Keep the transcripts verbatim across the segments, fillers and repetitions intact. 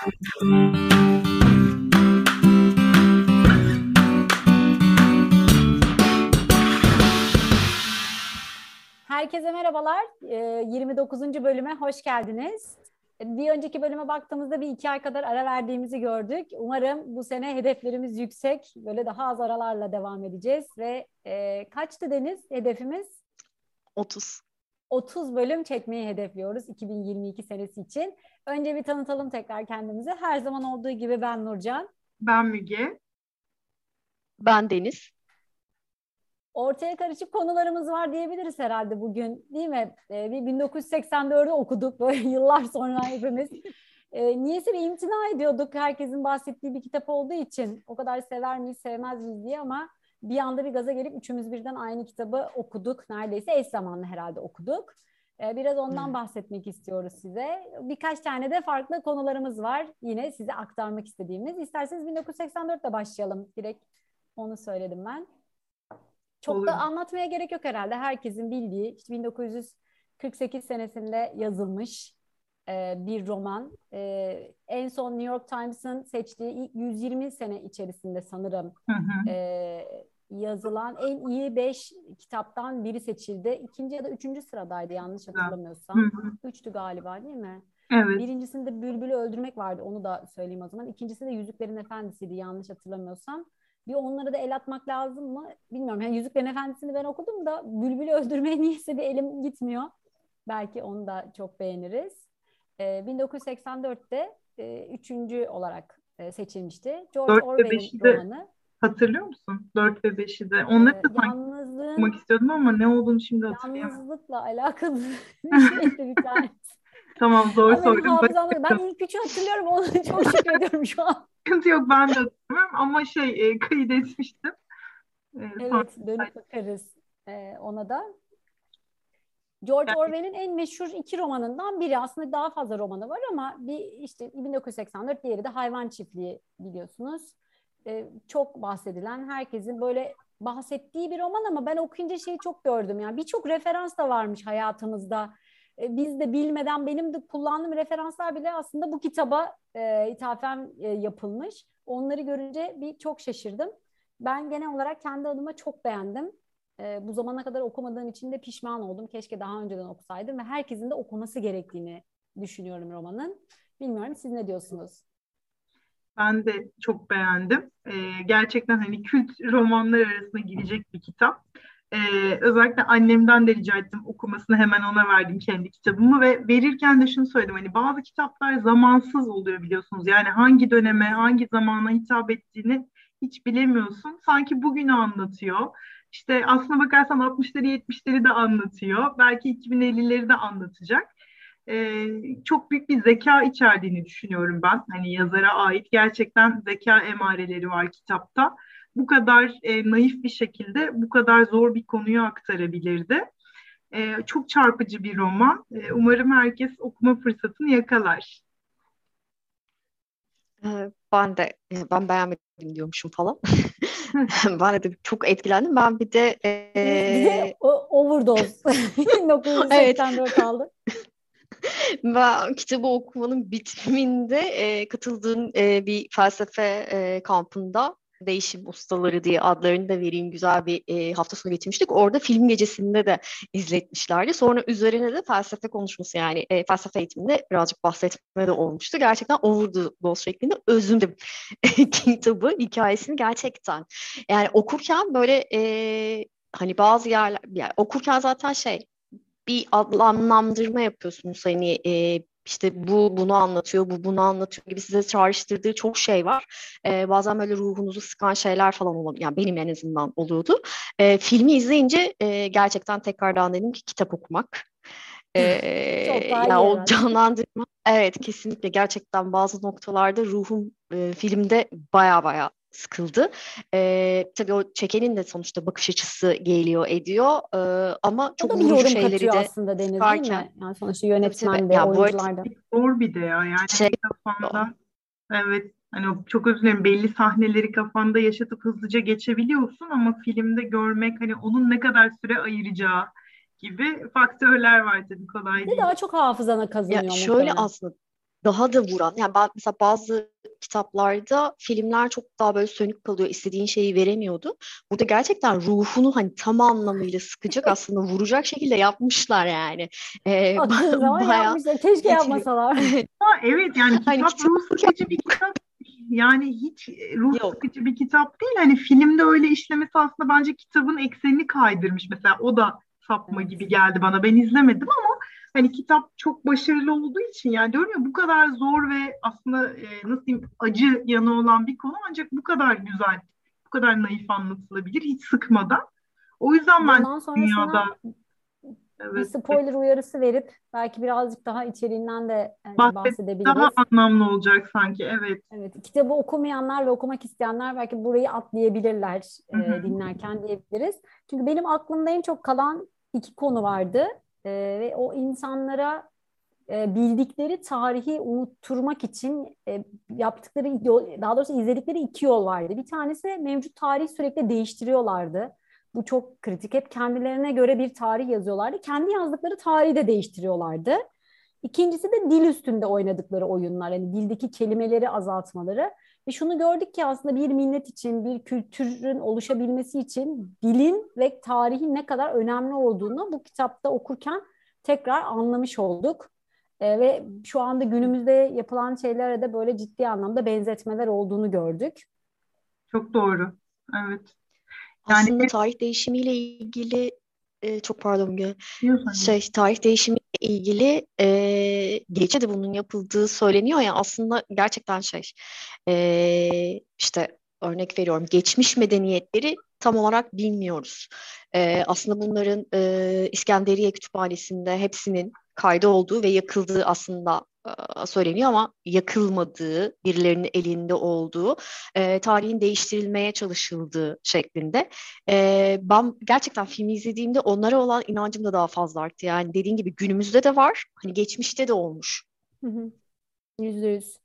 Herkese merhabalar. Ee, yirmi dokuzuncu bölüme hoş geldiniz. Bir önceki bölüme baktığımızda bir iki ay kadar ara verdiğimizi gördük. Umarım bu sene hedeflerimiz yüksek. Böyle daha az aralarla devam edeceğiz. Ve e, kaçtı Deniz hedefimiz? otuz. otuz bölüm çekmeyi hedefliyoruz iki bin yirmi iki senesi için. Önce bir tanıtalım tekrar kendimizi. Her zaman olduğu gibi ben Nurcan. Ben Müge. Ben Deniz. Ortaya karışık konularımız var diyebiliriz herhalde bugün, değil mi? Ee, bir bin dokuz yüz seksen dördü okuduk böyle yıllar sonra hepimiz. Ee, niyeyse bir imtina ediyorduk herkesin bahsettiği bir kitap olduğu için. O kadar sever miyiz, sevmez miyiz diye ama bir anda bir gaza gelip üçümüz birden aynı kitabı okuduk. Neredeyse eş zamanlı herhalde okuduk. Ee, biraz ondan hmm. bahsetmek istiyoruz size. Birkaç tane de farklı konularımız var yine size aktarmak istediğimiz. İsterseniz bin dokuz yüz seksen dörtle başlayalım. Direkt onu söyledim ben. Çok Olur. da anlatmaya gerek yok herhalde. Herkesin bildiği işte bin dokuz yüz kırk sekiz senesinde yazılmış e, bir roman. E, en son New York Times'ın seçtiği ilk yüz yirmi sene içerisinde sanırım hı hı. E, yazılan en iyi beş kitaptan biri seçildi. İkinci ya da üçüncü sıradaydı yanlış hatırlamıyorsam. Hı hı. Üçtü galiba değil mi? Evet. Birincisinde Bülbül'ü öldürmek vardı. Onu da söyleyeyim o zaman. İkincisi de Yüzüklerin Efendisi'ydi yanlış hatırlamıyorsam. Bir onlara da el atmak lazım mı? Bilmiyorum. Yani Yüzüklerin Efendisi'ni ben okudum da Bülbül'ü öldürmeye niyeyse bir elim gitmiyor. Belki onu da çok beğeniriz. Ee, bin dokuz yüz seksen dörtte e, üçüncü olarak e, seçilmişti. George Orwell'in romanı. Hatırlıyor musun? dört ve beşi de. Onları da ee, yalnızlığın, okumak istiyordum ama ne olduğunu şimdi hatırlayamadım. Yalnızlıkla alakalı bir şeydi bir tane. Tamam zor sordum. Ben ilk üçü hatırlıyorum. Onu çok şükrediyorum şu an. Sıkıntı yok ben de hatırlamıyorum ama şey e, kaydetmiştim. E, evet sonra... dönüp bakarız e, ona da. George yani... Orwell'in en meşhur iki romanından biri. Aslında daha fazla romanı var ama bir işte bin dokuz yüz seksen dört diğeri de Hayvan Çiftliği biliyorsunuz. E, çok bahsedilen herkesin böyle bahsettiği bir roman ama ben okuyunca şeyi çok gördüm. Yani birçok referans da varmış hayatımızda. Biz de bilmeden benim de kullandığım referanslar bile aslında bu kitaba e, ithafen e, yapılmış. Onları görünce bir çok şaşırdım. Ben genel olarak kendi adıma çok beğendim. E, bu zamana kadar okumadığım için de pişman oldum. Keşke daha önceden okusaydım ve herkesin de okuması gerektiğini düşünüyorum romanın. Bilmiyorum siz ne diyorsunuz? Ben de çok beğendim. Ee, gerçekten hani kült romanlar arasına girecek bir kitap. Ee, özellikle annemden de rica ettim okumasını hemen ona verdim kendi kitabımı ve verirken de şunu söyledim hani bazı kitaplar zamansız oluyor biliyorsunuz yani hangi döneme hangi zamana hitap ettiğini hiç bilemiyorsun sanki bugünü anlatıyor işte aslına bakarsan altmışları yetmişleri de anlatıyor belki iki bin ellileri de anlatacak. Ee, çok büyük bir zeka içerdiğini düşünüyorum ben hani yazara ait gerçekten zeka emareleri var kitapta. Bu kadar e, naif bir şekilde bu kadar zor bir konuyu aktarabilirdi. E, çok çarpıcı bir roman. E, umarım herkes okuma fırsatını yakalar. Ben de ben beğenmedim diyormuşum falan. Ben de çok etkilendim. Ben bir de e... bir de overdose bin dokuz yüz seksen dört evet. aldı. Ben kitabı okumanın bitiminde e, katıldığım e, bir felsefe e, kampında Değişim Ustaları diye adlarını da vereyim güzel bir e, hafta sonu geçirmiştik. Orada film gecesinde de izletmişlerdi. Sonra üzerine de felsefe konuşması yani e, felsefe eğitiminde birazcık bahsetme de olmuştu. Gerçekten overdose şeklinde özümdüm kitabı, hikayesini gerçekten. Yani okurken böyle e, hani bazı yerler yani okurken zaten şey bir anlamlandırma yapıyorsunuz hani e, işte bu bunu anlatıyor, bu bunu anlatıyor gibi size çağrıştırdığı çok şey var. E, bazen böyle ruhunuzu sıkan şeyler falan oluyor. Yani benim en azından oluyordu. E, filmi izleyince e, gerçekten tekrardan dedim ki kitap okumak. E, ya o canlandırma evet kesinlikle gerçekten bazı noktalarda ruhum e, filmde baya baya sıkıldı. Ee, tabii o çekenin de sonuçta bakış açısı geliyor ediyor ee, ama çok o da bir yorum şeyleri katıyor de aslında Deniz değil mi? Yani sonuçta yönetmen de ya, oyuncular da. Zor bir de ya yani şey, kafanda evet hani çok özür dilerim belli sahneleri kafanda yaşatıp hızlıca geçebiliyorsun ama filmde görmek hani onun ne kadar süre ayıracağı gibi faktörler var tabii kolay bir değil. De daha çok hafızana kazınıyor ya şöyle muhtemelen. aslında daha da vuran. Yani ben, mesela bazı kitaplarda filmler çok daha böyle sönük kalıyor. İstediğin şeyi veremiyordu. Burada gerçekten ruhunu hani tam anlamıyla sıkacak, aslında vuracak şekilde yapmışlar yani. Ee, Baktığın zaman bayağı yapmışlar. Keşke etkili. yapmasalar. Ha, evet yani Hani kitap kitap ruh sıkıcı bir kitap, yani hiç ruh yok. sıkıcı bir kitap değil. Hani filmde öyle işlemesi aslında bence kitabın eksenini kaydırmış. Mesela o da sapma Evet. gibi geldi bana. Ben izlemedim ama hani kitap çok başarılı olduğu için, yani diyorum ya, bu kadar zor ve aslında e, nasıl diyeyim, acı yanı olan bir konu ancak bu kadar güzel, bu kadar naif anlatılabilir hiç sıkmadan. O yüzden ben Bundan sonrasına dünyada, bir evet, spoiler uyarısı verip belki birazcık daha içeriğinden de e, bahset daha bahsedebiliriz. anlamlı olacak sanki, evet. Evet, kitabı okumayanlar ve okumak isteyenler belki burayı atlayabilirler Hı hı. e, dinlerken diyebiliriz. Çünkü benim aklımda en çok kalan iki konu vardı. E, ve o insanlara e, bildikleri tarihi unutturmak için e, yaptıkları, yol- daha doğrusu izledikleri iki yol vardı. Bir tanesi, mevcut tarihi sürekli değiştiriyorlardı. Bu çok kritik. Hep kendilerine göre bir tarih yazıyorlardı. Kendi yazdıkları tarihi de değiştiriyorlardı. İkincisi de dil üstünde oynadıkları oyunlar. Yani dildeki kelimeleri azaltmaları. Ve şunu gördük ki aslında bir millet için, bir kültürün oluşabilmesi için dilin ve tarihin ne kadar önemli olduğunu bu kitapta okurken tekrar anlamış olduk. E, ve şu anda günümüzde yapılan şeylere de böyle ciddi anlamda benzetmeler olduğunu gördük. Çok doğru. Evet. Yani Aslında tarih değişimiyle ilgili e, çok pardon Müge. diyorsun. Şey, tarih değişimiyle ilgili e, geçe de bunun yapıldığı söyleniyor ya, aslında gerçekten şey, e, işte örnek veriyorum, geçmiş medeniyetleri tam olarak bilmiyoruz. E, aslında bunların e, İskenderiye Kütüphanesi'nde hepsinin kaydı olduğu ve yakıldığı aslında e, söyleniyor, ama yakılmadığı, birilerinin elinde olduğu, e, tarihin değiştirilmeye çalışıldığı şeklinde. Ee, ben gerçekten filmi izlediğimde onlara olan inancım da daha fazla arttı. Yani dediğin gibi günümüzde de var, hani geçmişte de olmuş. Hı hı. Yüzde yüz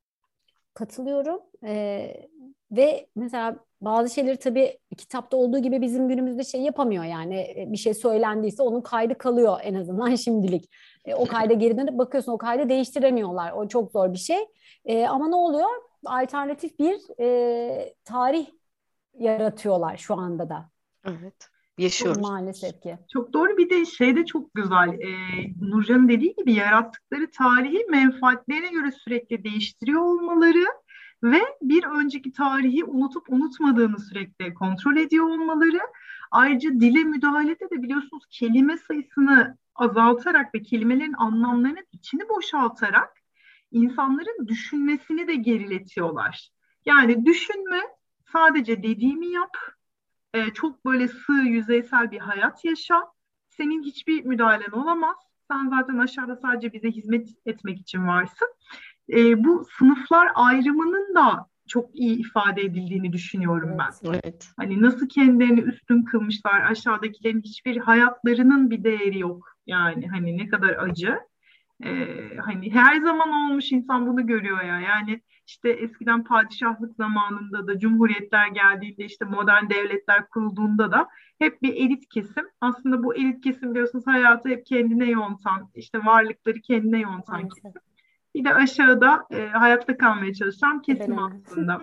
katılıyorum. Ee, ve mesela bazı şeyleri tabii kitapta olduğu gibi bizim günümüzde şey yapamıyor yani. E, bir şey söylendiyse onun kaydı kalıyor en azından şimdilik. E, o kayda geri dönüp bakıyorsun, o kaydı değiştiremiyorlar. O çok zor bir şey. E, ama ne oluyor? Alternatif bir e, tarih yaratıyorlar şu anda da. Evet. Yaşıyoruz. Maalesef ki. Çok doğru. Bir de şey de çok güzel. Ee, Nurcan'ın dediği gibi yarattıkları tarihi menfaatlerine göre sürekli değiştiriyor olmaları ve bir önceki tarihi unutup unutmadığını sürekli kontrol ediyor olmaları. Ayrıca dile müdahalede de biliyorsunuz kelime sayısını azaltarak ve kelimelerin anlamlarının içini boşaltarak insanların düşünmesini de geriletiyorlar. Yani düşünme, sadece dediğimi yap, e, çok böyle sığ, yüzeysel bir hayat yaşa. Senin hiçbir müdahalen olamaz. Sen zaten aşağıda sadece bize hizmet etmek için varsın. E, bu sınıflar ayrımının da çok iyi ifade edildiğini düşünüyorum ben. Evet. Evet. Hani nasıl kendilerini üstün kılmışlar, aşağıdakilerin hiçbir hayatlarının bir değeri yok. Yani hani ne kadar acı. Ee, hani her zaman olmuş, insan bunu görüyor ya. Yani işte eskiden padişahlık zamanında da, cumhuriyetler geldiğinde, işte modern devletler kurulduğunda da hep bir elit kesim. Aslında bu elit kesim biliyorsunuz hayatı hep kendine yontan, işte varlıkları kendine yontan Maalesef. kesim. Bir de aşağıda e, hayatta kalmaya çalışan kesim Ebelenen. aslında.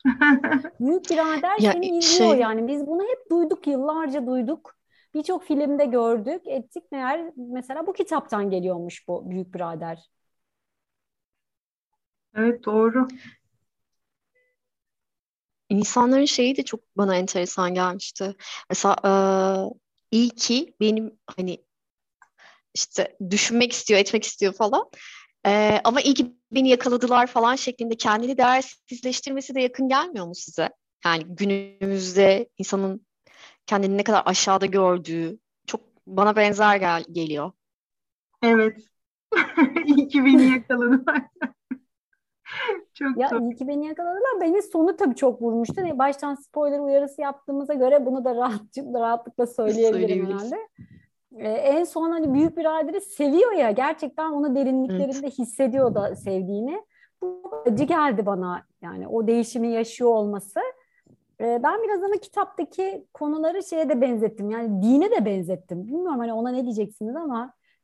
Büyük Birader Ya seni izliyor şey, yani. Biz bunu hep duyduk, yıllarca duyduk. Birçok filmde gördük, ettik. Meğer mesela bu kitaptan geliyormuş bu Büyük Birader. Evet, doğru. insanların şeyi de çok bana enteresan gelmişti. Mesela e, iyi ki benim hani işte düşünmek istiyor, etmek istiyor falan. E, ama iyi ki beni yakaladılar falan şeklinde kendini değersizleştirmesi de yakın gelmiyor mu size? Yani günümüzde insanın kendini ne kadar aşağıda gördüğü çok bana benzer gel geliyor. Evet. İyi ki beni yakaladılar. Çok Ya doğru. iyi ki beni yakaladılar. Beni sonu tabii çok vurmuştu. E, Baştan spoiler uyarısı yaptığımıza göre bunu da rahatlıkla, rahatlıkla söyleyebilirim Söyleyebiliriz. herhalde. Ee, en son hani Büyük Birader'i seviyor ya, gerçekten onu Evet. derinliklerinde hissediyor da sevdiğini. Bu acı geldi bana, yani o değişimi yaşıyor olması. Ee, ben biraz ama kitaptaki konuları şeye de benzettim, yani dine de benzettim. Bilmiyorum hani ona ne diyeceksiniz ama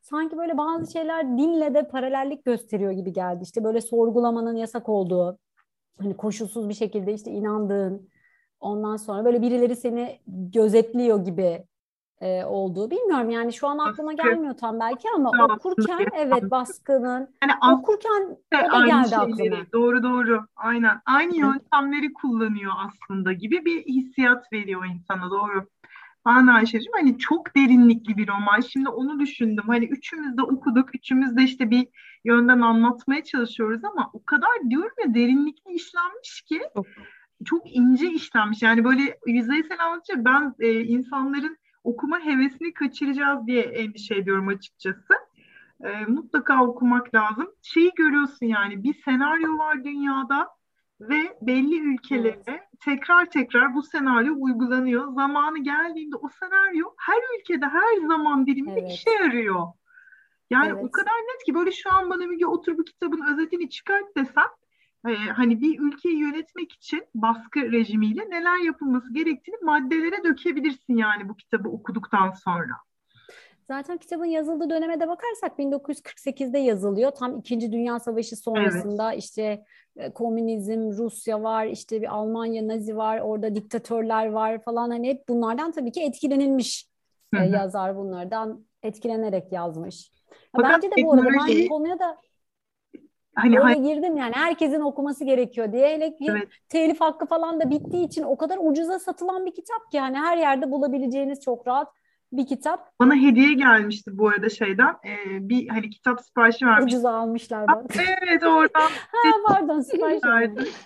sanki böyle bazı şeyler dinle de paralellik gösteriyor gibi geldi. İşte böyle sorgulamanın yasak olduğu, hani koşulsuz bir şekilde işte inandığın, ondan sonra böyle birileri seni gözetliyor gibi e, olduğu. Bilmiyorum yani şu an aklıma Baskı gelmiyor tam belki ama da aslında okurken evet yaşandı. baskının, Yani okurken de o da aynı geldi aklıma. şeyleri, doğru doğru, aynen aynı Yani, yöntemleri kullanıyor aslında gibi bir hissiyat veriyor insana, doğru. Ben de Ayşe'cim, hani çok derinlikli bir roman. Şimdi onu düşündüm. Hani üçümüz de okuduk, üçümüz de işte bir yönden anlatmaya çalışıyoruz ama o kadar diyorum ya, derinlikli işlenmiş ki, Çok. çok ince işlenmiş. Yani böyle yüzeysel anlatınca ben e, insanların okuma hevesini kaçıracağız diye endişe ediyorum açıkçası. E, mutlaka okumak lazım. Şeyi görüyorsun, yani bir senaryo var dünyada ve belli evet, ülkelere tekrar tekrar bu senaryo uygulanıyor. Zamanı geldiğinde o senaryo her ülkede her zaman diliminde işe evet, yarıyor. Yani o evet. kadar net ki, böyle şu an bana bir otur bu kitabın özetini çıkart desem, e, hani bir ülkeyi yönetmek için baskı rejimiyle neler yapılması gerektiğini maddelere dökebilirsin yani bu kitabı okuduktan sonra. Zaten kitabın yazıldığı döneme de bakarsak bin dokuz yüz kırk sekizde yazılıyor. Tam İkinci Dünya Savaşı Evet. sonrasında işte e, komünizm, Rusya var, işte bir Almanya, Nazi var, orada diktatörler var falan. Hani hep bunlardan tabii ki etkilenilmiş Hı e, hı. yazar bunlardan etkilenerek yazmış. Ya Fakat bence de bu arada ben teknoloji, konuya da hani hay- öyle girdim yani herkesin okuması gerekiyor diye. Hele ki evet, telif hakkı falan da bittiği için o kadar ucuza satılan bir kitap ki yani her yerde bulabileceğiniz çok rahat bir kitap. bana hediye gelmişti bu arada şeyden. E, bir hani kitap siparişi vermiştim. Ucuza almışlar bak. Evet, oradan Ha, pardon sipariş vermiş. verdim.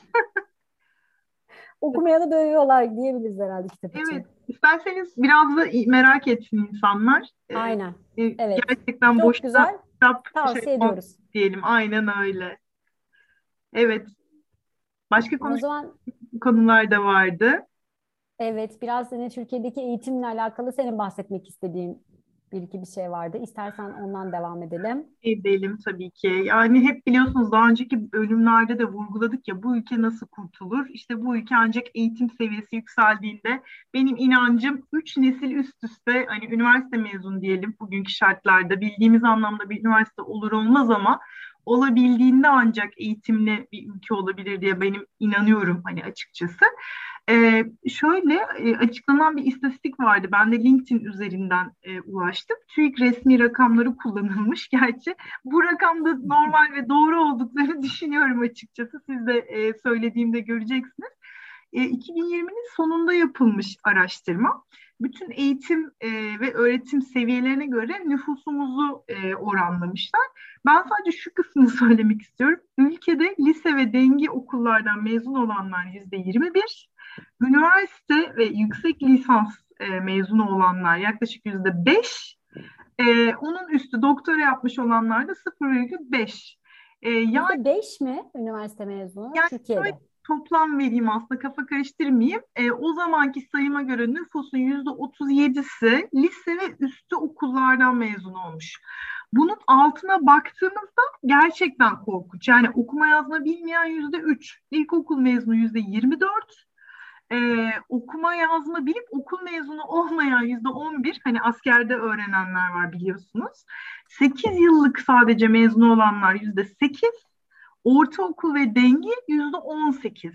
Okumaya da dövüyorlar diyebiliriz herhalde kitap Evet, için. isterseniz biraz da merak etsin insanlar. Ee, Aynen. e, Evet. gerçekten Çok boşuna güzel. kitap şey Tavsiye olmaz ediyoruz. diyelim. Aynen öyle. Evet, başka O konuştuğum zaman konular da vardı. evet biraz yine Türkiye'deki eğitimle alakalı senin bahsetmek istediğin bir iki bir şey vardı. İstersen ondan devam edelim. Edelim tabii ki. Yani hep biliyorsunuz, daha önceki bölümlerde de vurguladık ya, bu ülke nasıl kurtulur? İşte bu ülke ancak eğitim seviyesi yükseldiğinde, benim inancım üç nesil üst üste hani üniversite mezunu diyelim bugünkü şartlarda, bildiğimiz anlamda bir üniversite olur olmaz ama olabildiğinde ancak eğitimli bir ülke olabilir diye benim inanıyorum hani açıkçası. Ee, şöyle e, açıklanan bir istatistik vardı. Ben de LinkedIn üzerinden e, ulaştım. TÜİK resmi rakamları kullanılmış. Gerçi bu rakamda normal ve doğru olduklarını düşünüyorum açıkçası. Siz de e, söylediğimde göreceksiniz. E, iki bin yirminin sonunda yapılmış araştırma. Bütün eğitim e, ve öğretim seviyelerine göre nüfusumuzu e, oranlamışlar. Ben sadece şu kısmını söylemek istiyorum. Ülkede lise ve dengi okullardan mezun olanlar yüzde yirmi bir, üniversite ve yüksek lisans e, mezunu olanlar yaklaşık yüzde beş, e, onun üstü doktora yapmış olanlar da sıfır virgül beş. E, yani Yüzde beş mi üniversite mezunu yani şöyle, Türkiye'de? toplam vereyim aslında, kafa karıştırmayayım. E, o zamanki sayıma göre nüfusun yüzde otuz yedisi lise ve üstü okullardan mezun olmuş. Bunun altına baktığımızda gerçekten korkunç. Yani okuma yazma bilmeyen yüzde üç, ilkokul mezunu yüzde yirmi dört, ee, okuma yazma bilip okul mezunu olmayan yüzde on bir, hani askerde öğrenenler var biliyorsunuz. sekiz yıllık sadece mezun olanlar yüzde sekiz, ortaokul ve dengi yüzde on sekiz.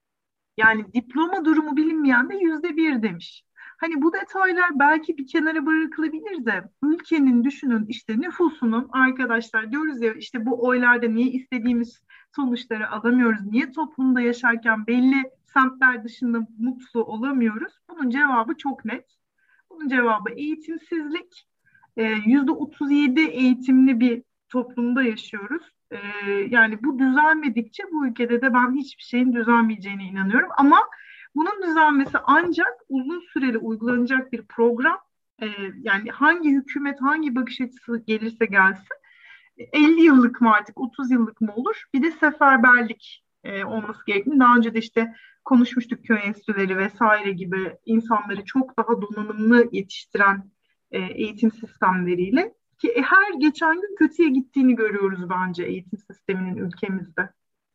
Yani diploma durumu bilinmeyen de yüzde bir demiş. Hani bu detaylar belki bir kenara bırakılabilir de, ülkenin düşünün işte nüfusunun, arkadaşlar diyoruz ya işte bu oylarda niye istediğimiz sonuçları alamıyoruz, niye toplumda yaşarken belli semtler dışında mutlu olamıyoruz? Bunun cevabı çok net. Bunun cevabı eğitimsizlik. Ee, yüzde otuz yedi eğitimli bir toplumda yaşıyoruz. Ee, yani bu düzelmedikçe bu ülkede de ben hiçbir şeyin düzelmeyeceğine inanıyorum. Ama bunun düzelmesi ancak uzun süreli uygulanacak bir program. Ee, yani hangi hükümet, hangi bakış açısı gelirse gelsin, elli yıllık mı artık, otuz yıllık mı olur? Bir de seferberlik e, olması gerektiğini daha önce de işte konuşmuştuk, köy enstitüleri vesaire gibi insanları çok daha donanımlı yetiştiren e, eğitim sistemleriyle, ki e, her geçen gün kötüye gittiğini görüyoruz bence eğitim sisteminin ülkemizde.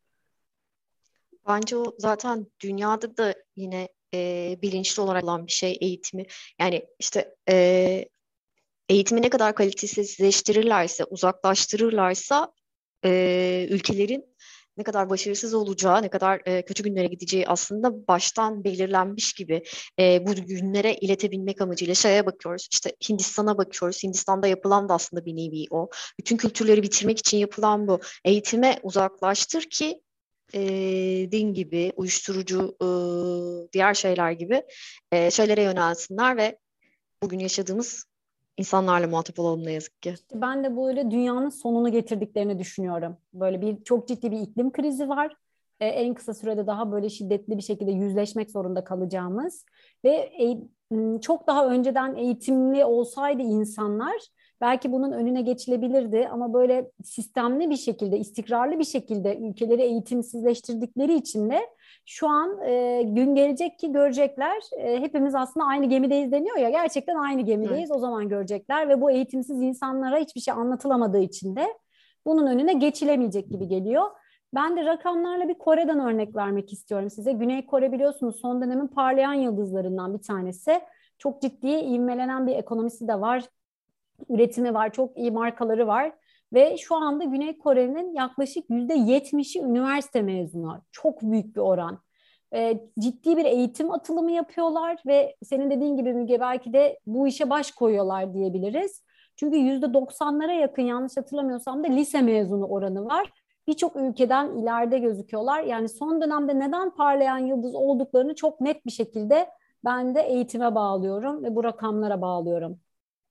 Bence o zaten dünyada da yine e, bilinçli olarak olan bir şey eğitimi. Yani işte e, eğitimi ne kadar kalitesizleştirirlerse, uzaklaştırırlarsa e, ülkelerin ne kadar başarısız olacağı, ne kadar e, kötü günlere gideceği aslında baştan belirlenmiş gibi. E, bu günlere iletebilmek amacıyla şeye bakıyoruz. İşte Hindistan'a bakıyoruz. Hindistan'da yapılan da aslında bir nevi o. Bütün kültürleri bitirmek için yapılan bu. Eğitime uzaklaştır ki e, din gibi, uyuşturucu, e, diğer şeyler gibi e, şeylere yönelsinler ve bugün yaşadığımız insanlarla muhatap olalım ne yazık ki. İşte ben de böyle dünyanın sonunu getirdiklerini düşünüyorum. Böyle bir çok ciddi bir iklim krizi var. Ee, en kısa sürede daha böyle şiddetli bir şekilde yüzleşmek zorunda kalacağımız ve e- m, çok daha önceden eğitimli olsaydı insanlar belki bunun önüne geçilebilirdi ama böyle sistemli bir şekilde, istikrarlı bir şekilde ülkeleri eğitimsizleştirdikleri için de şu an e, gün gelecek ki görecekler. E, hepimiz aslında aynı gemideyiz deniyor ya. Gerçekten aynı gemideyiz. Evet. O zaman görecekler ve bu eğitimsiz insanlara hiçbir şey anlatılamadığı için de bunun önüne geçilemeyecek gibi geliyor. Ben de rakamlarla bir Kore'den örnek vermek istiyorum size. Güney Kore biliyorsunuz son dönemin parlayan yıldızlarından bir tanesi. Çok ciddi ivmelenen bir ekonomisi de var. Üretimi var, çok iyi markaları var. Ve şu anda Güney Kore'nin yaklaşık yüzde yetmişi üniversite mezunu. Çok büyük bir oran. E, ciddi bir eğitim atılımı yapıyorlar ve senin dediğin gibi Müge belki de bu işe baş koyuyorlar diyebiliriz. Çünkü yüzde doksanlara yakın yanlış hatırlamıyorsam da lise mezunu oranı var. Birçok ülkeden ileride gözüküyorlar. Yani son dönemde neden parlayan yıldız olduklarını çok net bir şekilde ben de eğitime bağlıyorum ve bu rakamlara bağlıyorum.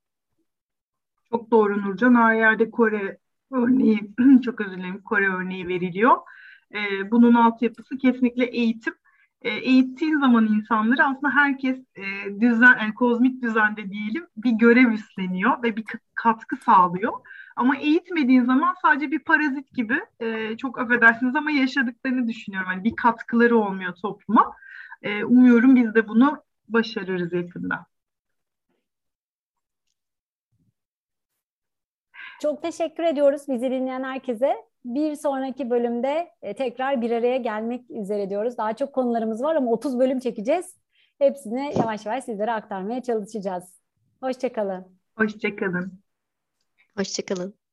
Çok doğru Nurcan. Her yerde Kore örneği, çok özür dilerim, Kore örneği veriliyor. Ee, bunun altyapısı kesinlikle eğitim. Ee, eğittiğin zaman insanları aslında herkes e, düzen, yani kozmik düzende diyelim bir görev üstleniyor ve bir k- katkı sağlıyor. Ama eğitmediğin zaman sadece bir parazit gibi e, çok affedersiniz ama yaşadıklarını düşünüyorum. Yani bir katkıları olmuyor topluma. E, umuyorum biz de bunu başarırız yakında. Çok teşekkür ediyoruz bizi dinleyen herkese. Bir sonraki bölümde e, tekrar bir araya gelmek üzere diyoruz. Daha çok konularımız var ama otuz bölüm çekeceğiz. Hepsini yavaş yavaş sizlere aktarmaya çalışacağız. Hoşça kalın. Hoşça kalın. Hoşça kalın.